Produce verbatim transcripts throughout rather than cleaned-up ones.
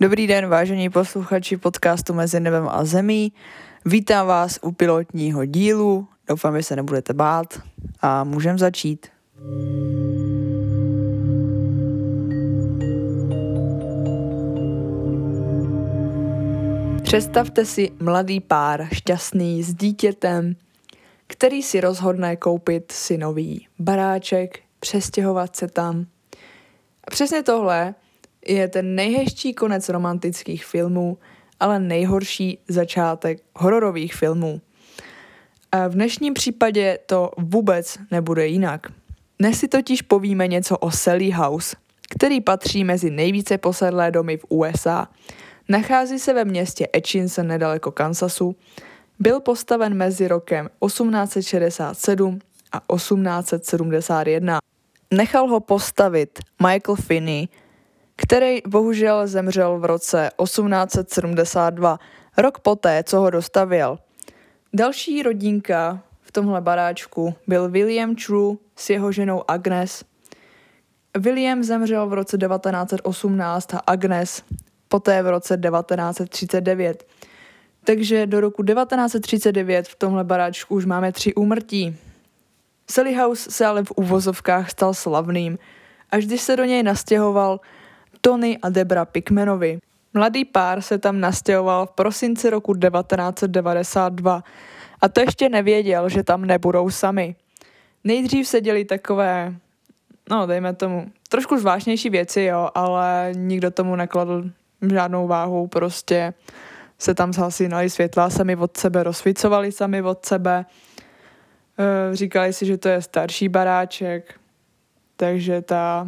Dobrý den, vážení posluchači podcastu Mezi nebem a zemí. Vítám vás u pilotního dílu. Doufám, že se nebudete bát a můžeme začít. Představte si mladý pár, šťastný, s dítětem, který si rozhodne koupit si nový baráček, přestěhovat se tam. A přesně tohle je ten nejhezčí konec romantických filmů, ale nejhorší začátek hororových filmů. A v dnešním případě to vůbec nebude jinak. Dnes si totiž povíme něco o Sallie House, který patří mezi nejvíce posedlé domy v U S A. Nachází se ve městě Atchison nedaleko Kansasu. Byl postaven mezi rokem osmnáct set šedesát sedm a osmnáct set sedmdesát jedna. Nechal ho postavit Michael Finney, který bohužel zemřel v roce osmnáct set sedmdesát dva, rok poté, co ho dostavěl. Další rodinka v tomhle baráčku byl William True s jeho ženou Agnes. William zemřel v roce devatenáct set osmnáct a Agnes poté v roce devatenáct set třicet devět. Takže do roku devatenáct set třicet devět v tomhle baráčku už máme tři úmrtí. Sallie House se ale v uvozovkách stal slavným, až když se do něj nastěhoval Tony a Debra Pickmanovi. Mladý pár se tam nastěhoval v prosinci roku devatenáct set devadesát dva a to ještě nevěděl, že tam nebudou sami. Nejdřív se děli takové, no dejme tomu, trošku zvláštnější věci, jo, ale nikdo tomu nekladl žádnou váhu, prostě se tam zhasínali světla sami od sebe, rozsvicovali sami od sebe, e, říkali si, že to je starší baráček, takže ta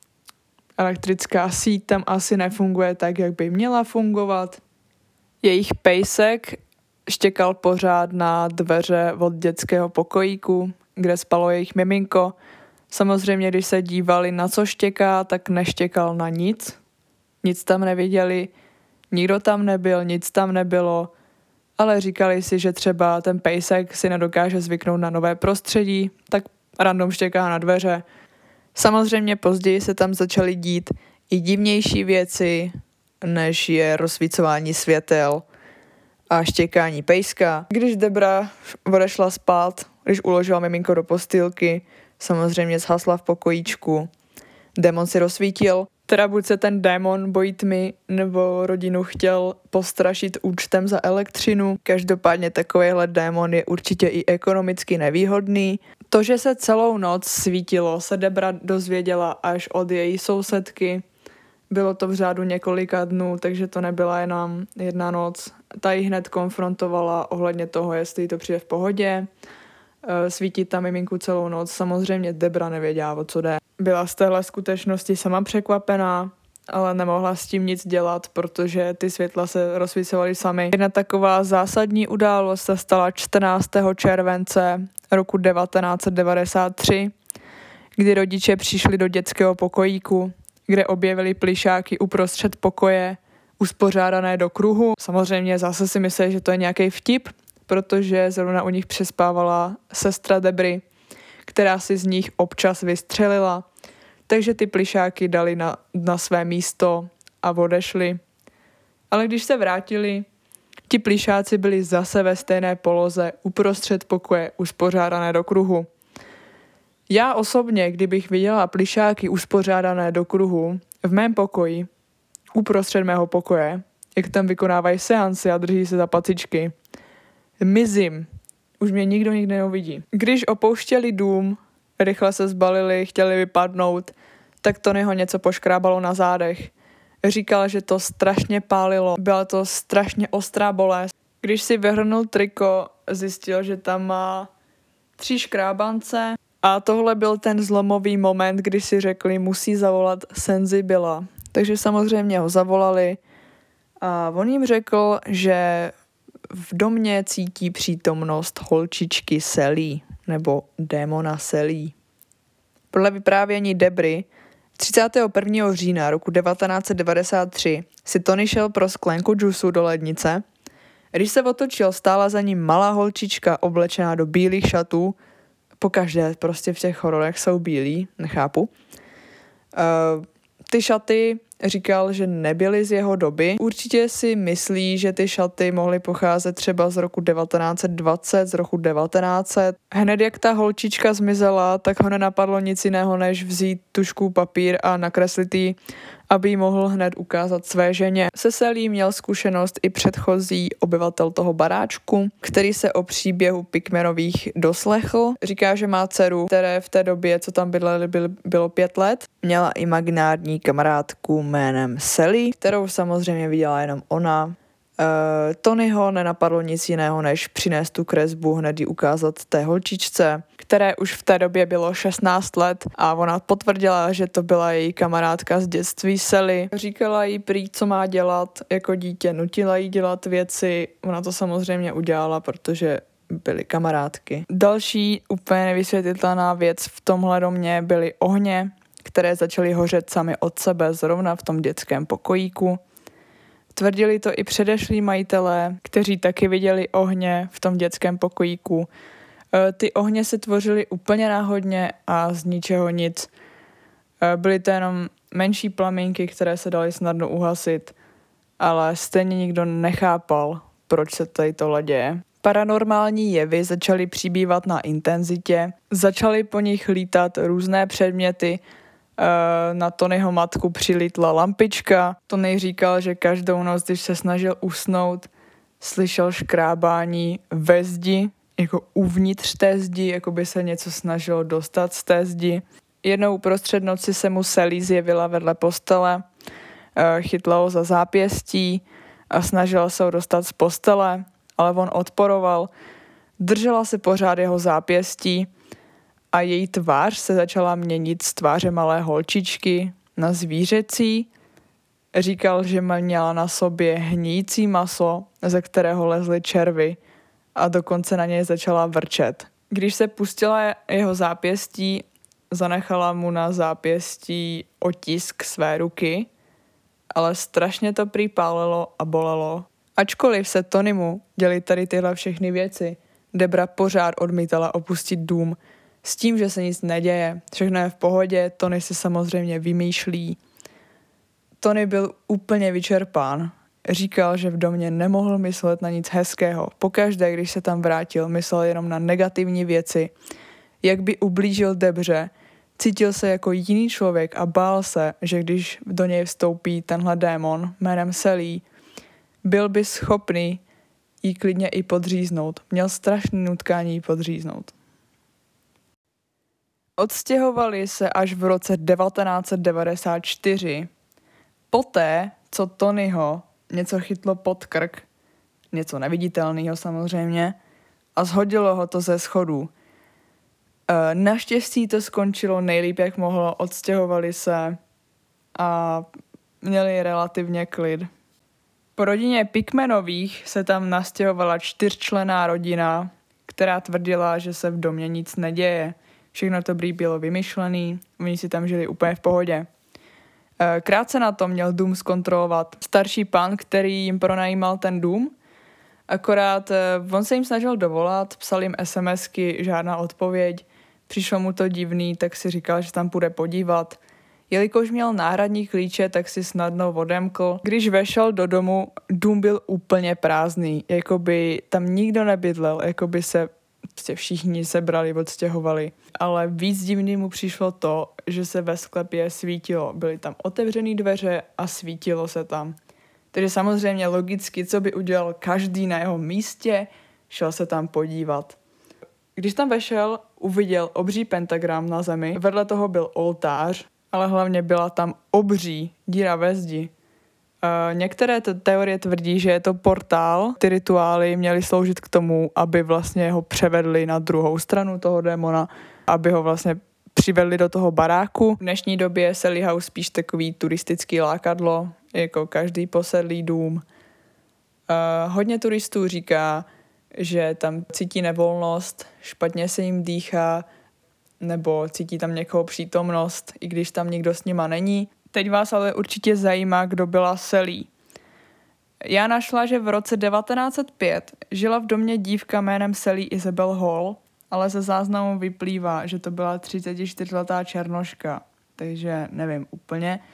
elektrická síť tam asi nefunguje tak, jak by měla fungovat. Jejich pejsek štěkal pořád na dveře od dětského pokojíku, kde spalo jejich miminko. Samozřejmě, když se dívali, na co štěká, tak neštěkal na nic. Nic tam neviděli, nikdo tam nebyl, nic tam nebylo, ale říkali si, že třeba ten pejsek si nedokáže zvyknout na nové prostředí, tak random štěká na dveře. Samozřejmě později se tam začaly dít i divnější věci, než je rozsvícování světel a štěkání pejska. Když Debra odešla spát, když uložila miminko do postýlky, samozřejmě zhasla v pokojíčku. Démon si rozsvítil. Teda buď se ten démon bojí tmy, nebo rodinu chtěl postrašit účtem za elektřinu. Každopádně takovýhle démon je určitě i ekonomicky nevýhodný. To, že se celou noc svítilo, se Debra dozvěděla až od její sousedky. Bylo to v řádu několika dnů, takže to nebyla jenom jedna noc. Ta ji hned konfrontovala ohledně toho, jestli jí to přijde v pohodě. Svítit tam miminku celou noc, samozřejmě Debra nevěděla, o co jde. Byla z téhle skutečnosti sama překvapená, ale nemohla s tím nic dělat, protože ty světla se rozsvícovaly samy. Jedna taková zásadní událost se stala čtrnáctého července roku devatenáct set devadesát tři, kdy rodiče přišli do dětského pokojíku, kde objevili plyšáky uprostřed pokoje, uspořádané do kruhu. Samozřejmě zase si mysleli, že to je nějaký vtip, protože zrovna u nich přespávala sestra Debry, která si z nich občas vystřelila. Takže ty plyšáky dali na, na své místo a odešli. Ale když se vrátili, ti plyšáci byli zase ve stejné poloze uprostřed pokoje uspořádané do kruhu. Já osobně, kdybych viděla plyšáky uspořádané do kruhu v mém pokoji, uprostřed mého pokoje, jak tam vykonávají seansy a drží se za pacičky, mizím. Už mě nikdo nikdy neuvidí. Když opouštěli dům, rychle se zbalili, chtěli vypadnout, tak Tonyho něco poškrábalo na zádech. Říkal, že to strašně pálilo, byla to strašně ostrá bolest. Když si vyhrnul triko, zjistil, že tam má tři škrábance a tohle byl ten zlomový moment, kdy si řekli, musí zavolat Sensibila. Takže samozřejmě ho zavolali a on jim řekl, že v domě cítí přítomnost holčičky Sallie, nebo démona Sallie. Podle vyprávění Debry třicátého prvního října roku devatenáct set devadesát tři si Tony šel pro sklenku džusu do lednice. Když se otočil, stála za ním malá holčička oblečená do bílých šatů. Pokaždé prostě v těch hororech jsou bílí, nechápu. Uh, ty šaty Říkal, že nebyly z jeho doby. Určitě si myslí, že ty šaty mohly pocházet třeba z roku devatenáct set dvacet, z roku devatenáct set. Hned jak ta holčička zmizela, tak ho nenapadlo nic jiného, než vzít tužku, papír a nakreslit jí, aby jí mohl hned ukázat své ženě. Se Sally měl zkušenost i předchozí obyvatel toho baráčku, který se o příběhu Pickmanových doslechl. Říká, že má dceru, které v té době, co tam bydleli, bylo pět let. Měla imaginární kamarádku jménem Sally, kterou samozřejmě viděla jenom ona. Uh, Tonyho nenapadlo nic jiného, než přinést tu kresbu, hned ji ukázat té holčičce, které už v té době bylo šestnáct let a ona potvrdila, že to byla její kamarádka z dětství Sally. Říkala jí prý, co má dělat jako dítě, nutila jí dělat věci, ona to samozřejmě udělala, protože byly kamarádky. Další úplně nevysvětlitelná věc v tomhle domě byly ohně, které začaly hořet sami od sebe zrovna v tom dětském pokojíku. Tvrdili to i předešlí majitelé, kteří taky viděli ohně v tom dětském pokojíku. Ty ohně se tvořily úplně náhodně a z ničeho nic. Byly to jenom menší plamínky, které se daly snadno uhasit, ale stejně nikdo nechápal, proč se tady tohle děje. Paranormální jevy začaly přibývat na intenzitě, začaly po nich lítat různé předměty. Na Tonyho matku přilítla lampička. Tony říkal, že každou noc, když se snažil usnout, slyšel škrábání ve zdi, jako uvnitř té zdi, jako by se něco snažilo dostat z té zdi. Jednou uprostřed noci se mu Sally zjevila vedle postele, chytla ho za zápěstí a snažila se ho dostat z postele, ale on odporoval. Držela se pořád jeho zápěstí a její tvář se začala měnit z tváře malé holčičky na zvířecí. Říkal, že měla na sobě hníjící maso, ze kterého lezly červy a dokonce na něj začala vrčet. Když se pustila jeho zápěstí, zanechala mu na zápěstí otisk své ruky, ale strašně to prý pálilo a bolelo. Ačkoliv se Tonymu děly tady tyhle všechny věci, Debra pořád odmítala opustit dům s tím, že se nic neděje. Všechno je v pohodě, Tony si samozřejmě vymýšlí. Tony byl úplně vyčerpán. Říkal, že v domě nemohl myslet na nic hezkého. Pokaždé, když se tam vrátil, myslel jenom na negativní věci. Jak by ublížil Debře, cítil se jako jiný člověk a bál se, že když do něj vstoupí tenhle démon jménem Sally, byl by schopný jí klidně i podříznout. Měl strašný nutkání jí podříznout. Odstěhovali se až v roce devatenáct set devadesát čtyři. Poté, co Tonyho něco chytlo pod krk, něco neviditelného samozřejmě, a zhodilo ho to ze schodů. E, naštěstí to skončilo nejlíp, jak mohlo, odstěhovali se a měli relativně klid. Po rodině Pickmanových se tam nastěhovala čtyřčlenná rodina, která tvrdila, že se v domě nic neděje. Všechno to bylo vymyšlený, oni si tam žili úplně v pohodě. Krátce na to měl dům zkontrolovat starší pán, který jim pronajímal ten dům, akorát on se jim snažil dovolat, psal jim SMSky, žádná odpověď, přišlo mu to divný, tak si říkal, že tam půjde podívat. Jelikož měl náhradní klíče, tak si snadno odemkl. Když vešel do domu, dům byl úplně prázdný, jakoby tam nikdo nebydlel, jakoby se všichni sebrali, odstěhovali. Ale víc divný mu přišlo to, že se ve sklepě svítilo. Byly tam otevřené dveře a svítilo se tam. Takže samozřejmě logicky, co by udělal každý na jeho místě, šel se tam podívat. Když tam vešel, uviděl obří pentagram na zemi, vedle toho byl oltář, ale hlavně byla tam obří díra ve zdi. Uh, některé t- teorie tvrdí, že je to portál. Ty rituály měly sloužit k tomu, aby vlastně ho převedli na druhou stranu toho démona, aby ho vlastně přivedli do toho baráku. V dnešní době je Sally House spíš takový turistický lákadlo, jako každý posedlý dům. Uh, hodně turistů říká, že tam cítí nevolnost, špatně se jim dýchá, nebo cítí tam někoho přítomnost, i když tam nikdo s nima není. Teď vás ale určitě zajímá, kdo byla Sally. Já našla, že v roce devatenáct set pět žila v domě dívka jménem Sally Isabel Hall, ale ze záznamu vyplývá, že to byla třicetičtyřletá černoška, takže nevím úplně.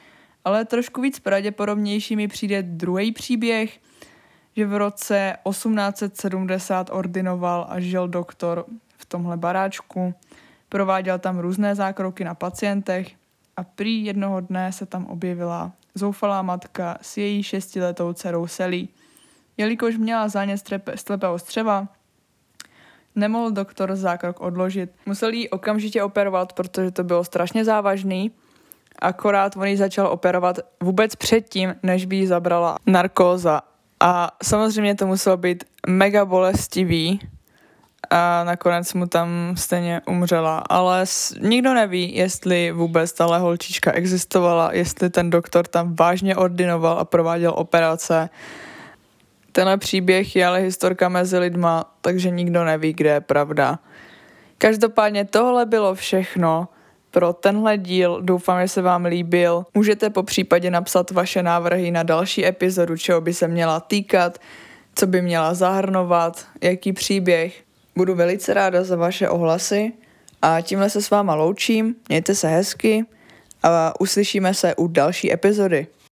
Ale trošku víc pravděpodobnější mi přijde druhý příběh, že v roce osmnáct set sedmdesát ordinoval a žil doktor v tomhle baráčku. Prováděl tam různé zákroky na pacientech a prý jednoho dne se tam objevila zoufalá matka s její šestiletou dcerou Sally. Jelikož měla zánět slepého střeva, nemohl doktor zákrok odložit. Musel jí okamžitě operovat, protože to bylo strašně závažný. Akorát on ji začal operovat vůbec předtím, než by jí zabrala narkóza. A samozřejmě to muselo být mega bolestivý a nakonec mu tam stejně umřela. Ale nikdo neví, jestli vůbec tahle holčička existovala, jestli ten doktor tam vážně ordinoval a prováděl operace. Tenhle příběh je ale historka mezi lidma, takže nikdo neví, kde je pravda. Každopádně tohle bylo všechno pro tenhle díl. Doufám, že se vám líbil. Můžete po případě napsat vaše návrhy na další epizodu, čeho by se měla týkat, co by měla zahrnovat, jaký příběh. Budu velice ráda za vaše ohlasy a tímhle se s váma loučím. Mějte se hezky a uslyšíme se u další epizody.